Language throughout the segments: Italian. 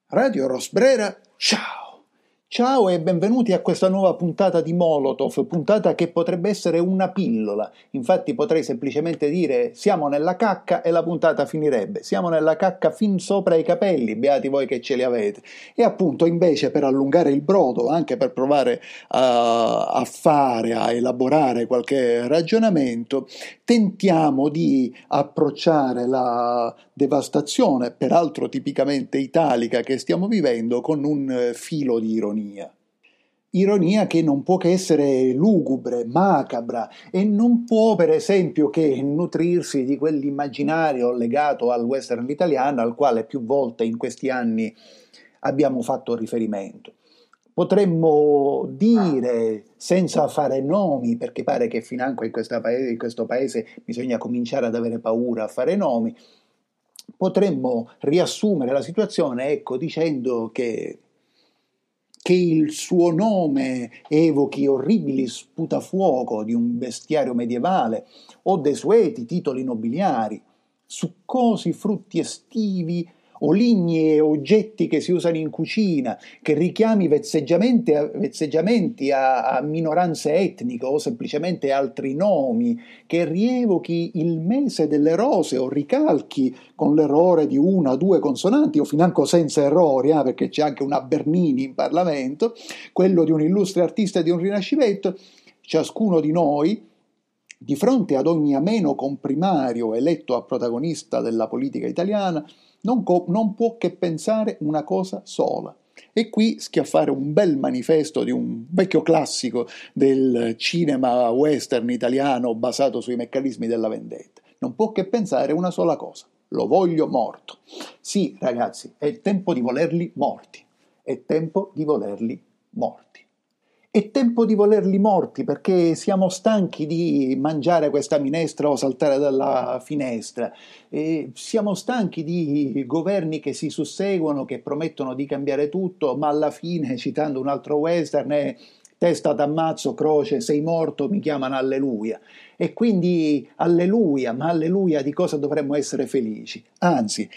Radio Rosbrera, ciao! Ciao e benvenuti a questa nuova puntata di Molotov, puntata che potrebbe essere una pillola. Infatti potrei semplicemente dire siamo nella cacca e la puntata finirebbe. Siamo nella cacca fin sopra i capelli, beati voi che ce li avete. E appunto invece per allungare il brodo, anche per provare a elaborare qualche ragionamento, tentiamo di approcciare la devastazione, peraltro tipicamente italica, che stiamo vivendo con un filo di ironia. Ironia che non può che essere lugubre, macabra e non può per esempio che nutrirsi di quell'immaginario legato al western italiano al quale più volte in questi anni abbiamo fatto riferimento. Potremmo dire, senza fare nomi, perché pare che financo in questo paese bisogna cominciare ad avere paura a fare nomi, potremmo riassumere la situazione, ecco, dicendo che il suo nome evochi orribili sputafuoco di un bestiario medievale o desueti titoli nobiliari, succosi frutti estivi o ligni e oggetti che si usano in cucina, che richiami vezzeggiamenti a minoranze etniche o semplicemente altri nomi, che rievochi il mese delle rose o ricalchi con l'errore di una o due consonanti o financo senza errori, perché c'è anche una Bernini in Parlamento, quello di un illustre artista di un Rinascimento, ciascuno di noi, di fronte ad ogni ameno comprimario eletto a protagonista della politica italiana, non può che pensare una cosa sola. E qui schiaffare un bel manifesto di un vecchio classico del cinema western italiano basato sui meccanismi della vendetta. Non può che pensare una sola cosa: lo voglio morto. Sì, ragazzi, è tempo di volerli morti. È tempo di volerli morti. È tempo di volerli morti perché siamo stanchi di mangiare questa minestra o saltare dalla finestra. E siamo stanchi di governi che si susseguono, che promettono di cambiare tutto, ma alla fine, citando un altro western, è testa d'ammazzo, croce, sei morto, mi chiamano alleluia. E quindi alleluia, ma alleluia di cosa dovremmo essere felici? Anzi,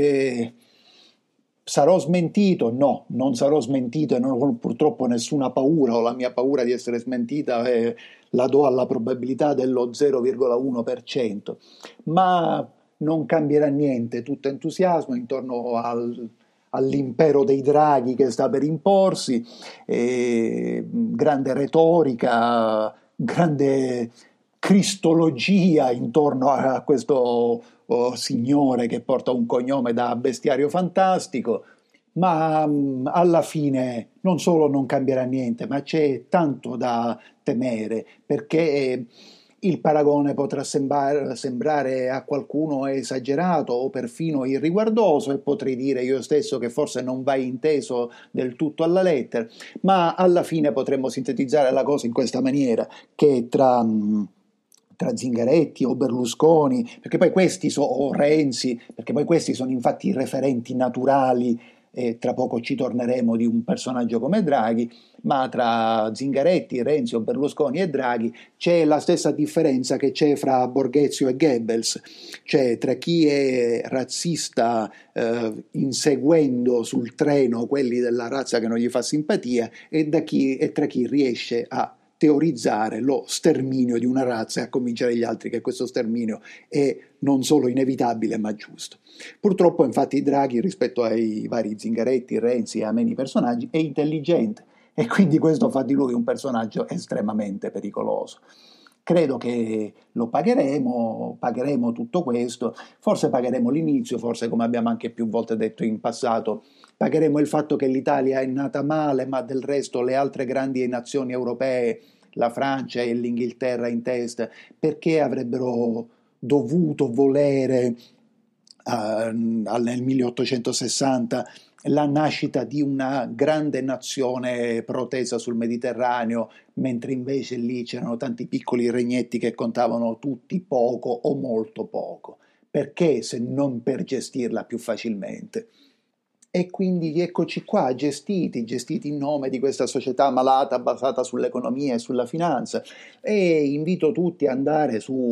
sarò smentito? No, non sarò smentito e non ho purtroppo nessuna paura, o la mia paura di essere smentita la do alla probabilità dello 0,1%, ma non cambierà niente, tutto entusiasmo intorno all'impero dei draghi che sta per imporsi, grande retorica, grande cristologia intorno a questo signore che porta un cognome da bestiario fantastico, ma alla fine non solo non cambierà niente, ma c'è tanto da temere, perché il paragone potrà sembrare a qualcuno esagerato o perfino irriguardoso, e potrei dire io stesso che forse non va inteso del tutto alla lettera, ma alla fine potremmo sintetizzare la cosa in questa maniera, che tra Zingaretti o Berlusconi, perché poi questi o Renzi, perché poi questi sono infatti i referenti naturali, e tra poco ci torneremo, di un personaggio come Draghi, ma tra Zingaretti, Renzi o Berlusconi e Draghi c'è la stessa differenza che c'è fra Borghezio e Goebbels, cioè tra chi è razzista inseguendo sul treno quelli della razza che non gli fa simpatia e tra chi riesce a teorizzare lo sterminio di una razza e a convincere gli altri che questo sterminio è non solo inevitabile ma giusto. Purtroppo infatti Draghi rispetto ai vari Zingaretti, Renzi e ameni personaggi è intelligente e quindi questo fa di lui un personaggio estremamente pericoloso. Credo che lo pagheremo tutto questo, forse pagheremo l'inizio, forse come abbiamo anche più volte detto in passato, pagheremo il fatto che l'Italia è nata male, ma del resto le altre grandi nazioni europee, la Francia e l'Inghilterra in testa, perché avrebbero dovuto volere nel 1860 la nascita di una grande nazione protesa sul Mediterraneo, mentre invece lì c'erano tanti piccoli regnetti che contavano tutti poco o molto poco. Perché se non per gestirla più facilmente? E quindi eccoci qua, gestiti in nome di questa società malata basata sull'economia e sulla finanza. E invito tutti ad andare su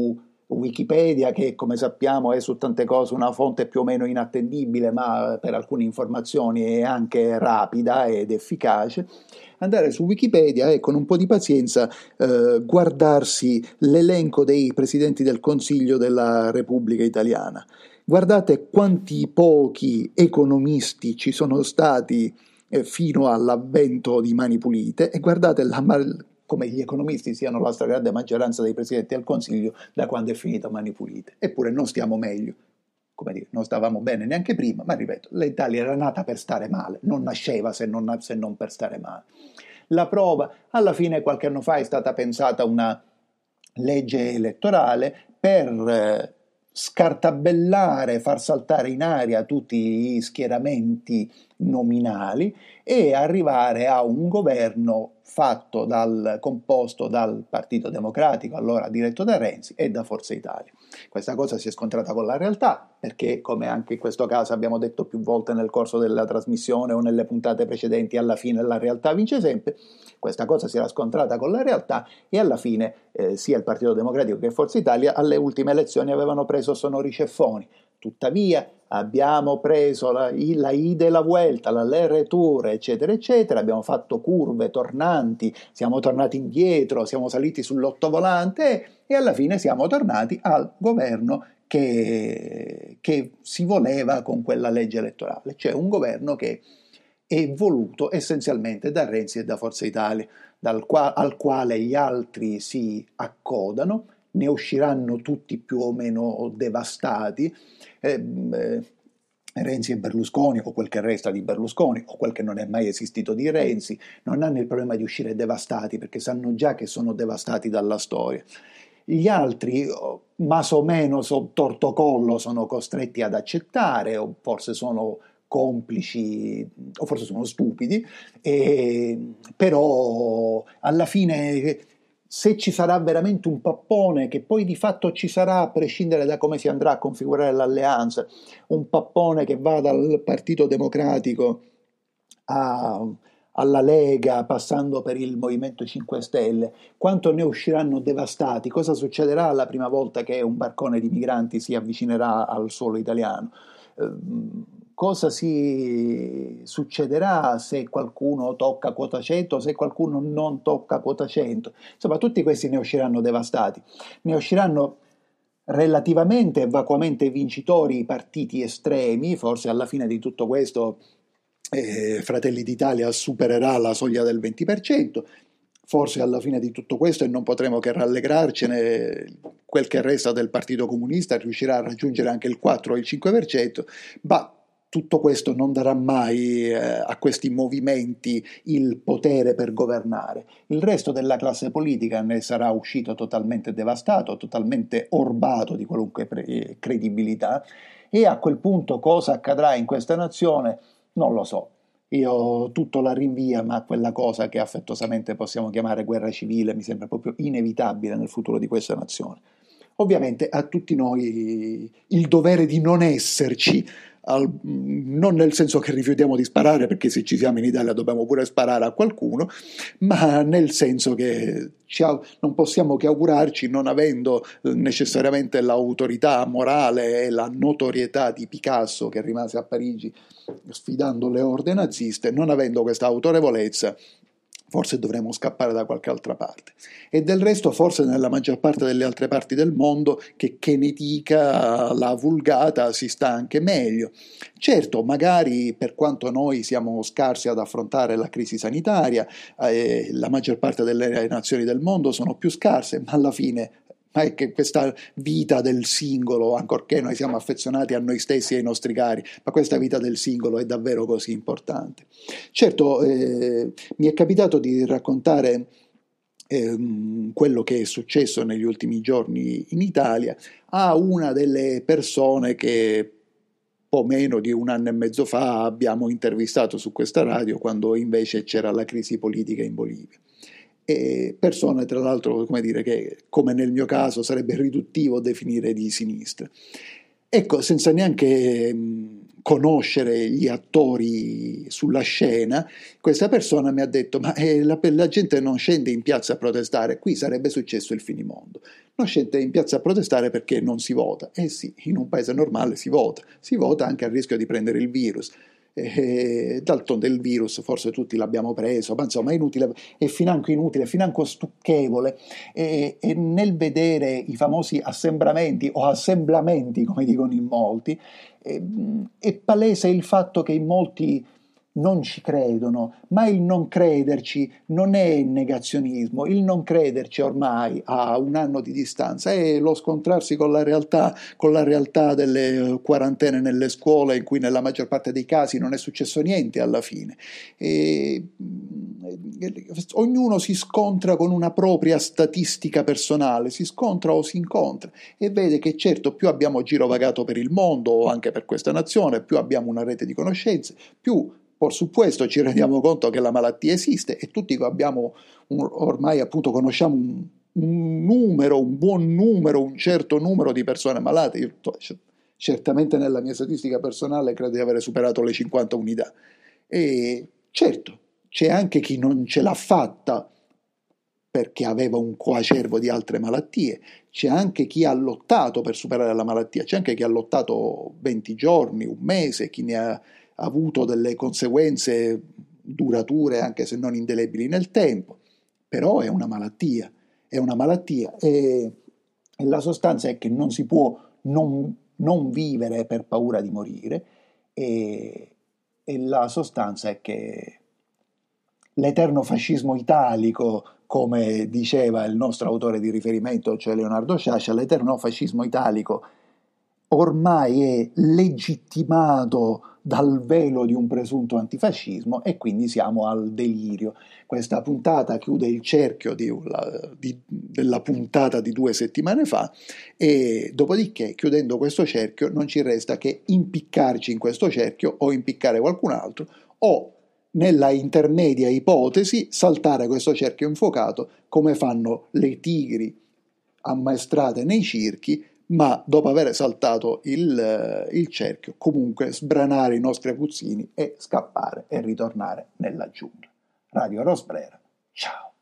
Wikipedia, che come sappiamo è su tante cose una fonte più o meno inattendibile, ma per alcune informazioni è anche rapida ed efficace, andare su Wikipedia e con un po' di pazienza guardarsi l'elenco dei presidenti del Consiglio della Repubblica Italiana. Guardate quanti pochi economisti ci sono stati fino all'avvento di Mani Pulite e guardate come gli economisti siano la stragrande maggioranza dei presidenti del Consiglio da quando è finita Mani Pulite. Eppure non stiamo meglio. Come dire, non stavamo bene neanche prima, ma ripeto, l'Italia era nata per stare male, non nasceva se non per stare male. La prova, alla fine qualche anno fa è stata pensata una legge elettorale per scartabellare, far saltare in aria tutti gli schieramenti nominali e arrivare a un governo composto dal Partito Democratico, allora diretto da Renzi, e da Forza Italia. Questa cosa si è scontrata con la realtà, perché come anche in questo caso abbiamo detto più volte nel corso della trasmissione o nelle puntate precedenti, alla fine la realtà vince sempre. Questa cosa si era scontrata con la realtà e alla fine sia il Partito Democratico che Forza Italia alle ultime elezioni avevano preso sonori ceffoni. Tuttavia abbiamo preso la I della Vuelta, la l'R-Tour, eccetera, eccetera, abbiamo fatto curve tornanti, siamo tornati indietro, siamo saliti sull'ottovolante e alla fine siamo tornati al governo che si voleva con quella legge elettorale, cioè un governo che è voluto essenzialmente da Renzi e da Forza Italia, al quale gli altri si accodano, ne usciranno tutti più o meno devastati. Renzi e Berlusconi, o quel che resta di Berlusconi, o quel che non è mai esistito di Renzi, non hanno il problema di uscire devastati, perché sanno già che sono devastati dalla storia. Gli altri, más o meno torto collo, sono costretti ad accettare, o forse sono complici, o forse sono stupidi, però alla fine, se ci sarà veramente un pappone, che poi di fatto ci sarà a prescindere da come si andrà a configurare l'alleanza, un pappone che va dal Partito Democratico alla Lega, passando per il Movimento 5 Stelle, quanto ne usciranno devastati? Cosa succederà la prima volta che un barcone di migranti si avvicinerà al suolo italiano? Cosa succederà se qualcuno tocca quota 100, se qualcuno non tocca quota 100? Insomma, tutti questi ne usciranno devastati. Ne usciranno relativamente e vacuamente vincitori i partiti estremi, forse alla fine di tutto questo Fratelli d'Italia supererà la soglia del 20%, forse alla fine di tutto questo, e non potremo che rallegrarcene, quel che resta del Partito Comunista riuscirà a raggiungere anche il 4 o il 5%, ma tutto questo non darà mai a questi movimenti il potere per governare. Il resto della classe politica ne sarà uscito totalmente devastato, totalmente orbato di qualunque credibilità, e a quel punto cosa accadrà in questa nazione non lo so. Io tutto la rinvia, ma quella cosa che affettuosamente possiamo chiamare guerra civile mi sembra proprio inevitabile nel futuro di questa nazione. Ovviamente a tutti noi il dovere di non esserci, non nel senso che rifiutiamo di sparare, perché se ci siamo in Italia dobbiamo pure sparare a qualcuno, ma nel senso che non possiamo che augurarci, non avendo necessariamente l'autorità morale e la notorietà di Picasso, che rimase a Parigi sfidando le orde naziste, non avendo questa autorevolezza, forse dovremmo scappare da qualche altra parte. E del resto forse nella maggior parte delle altre parti del mondo, che ne dica la vulgata, si sta anche meglio. Certo, magari per quanto noi siamo scarsi ad affrontare la crisi sanitaria, la maggior parte delle nazioni del mondo sono più scarse, ma alla fine è che questa vita del singolo, ancorché noi siamo affezionati a noi stessi e ai nostri cari, ma questa vita del singolo è davvero così importante. Certo, mi è capitato di raccontare quello che è successo negli ultimi giorni in Italia a una delle persone che po' meno di un anno e mezzo fa abbiamo intervistato su questa radio, quando invece c'era la crisi politica in Bolivia. E persone, tra l'altro, come dire, che come nel mio caso sarebbe riduttivo definire di sinistra. Ecco, senza neanche conoscere gli attori sulla scena, questa persona mi ha detto: ma la gente non scende in piazza a protestare, qui sarebbe successo il finimondo. Non scende in piazza a protestare perché non si vota. Eh sì, in un paese normale si vota anche a rischio di prendere il virus. D'altronde il virus forse tutti l'abbiamo preso, ma insomma è inutile, è financo inutile, financo stucchevole, e nel vedere i famosi assembramenti o assemblamenti, come dicono in molti, è palese il fatto che in molti non ci credono, ma il non crederci non è negazionismo, il non crederci ormai a un anno di distanza è lo scontrarsi con la realtà delle quarantene nelle scuole in cui nella maggior parte dei casi non è successo niente alla fine. Ognuno si scontra con una propria statistica personale, si scontra o si incontra e vede che certo più abbiamo girovagato per il mondo o anche per questa nazione, più abbiamo una rete di conoscenze, più por su questo ci rendiamo conto che la malattia esiste e tutti abbiamo ormai appunto conosciamo un buon numero, un certo numero di persone malate. Io certamente nella mia statistica personale credo di avere superato le 50 unità. E certo, c'è anche chi non ce l'ha fatta perché aveva un coacervo di altre malattie, c'è anche chi ha lottato per superare la malattia, c'è anche chi ha lottato 20 giorni, un mese, chi ne ha avuto delle conseguenze durature anche se non indelebili nel tempo, però è una malattia e la sostanza è che non si può non vivere per paura di morire e la sostanza è che l'eterno fascismo italico, come diceva il nostro autore di riferimento, cioè Leonardo Sciascia, l'eterno fascismo italico ormai è legittimato dal velo di un presunto antifascismo e quindi siamo al delirio. Questa puntata chiude il cerchio della puntata di 2 settimane fa e dopodiché, chiudendo questo cerchio, non ci resta che impiccarci in questo cerchio o impiccare qualcun altro o nella intermedia ipotesi saltare questo cerchio infuocato come fanno le tigri ammaestrate nei circhi, ma dopo aver saltato il cerchio comunque sbranare i nostri aguzzini e scappare e ritornare nella giungla. Radio Rosbrera, ciao!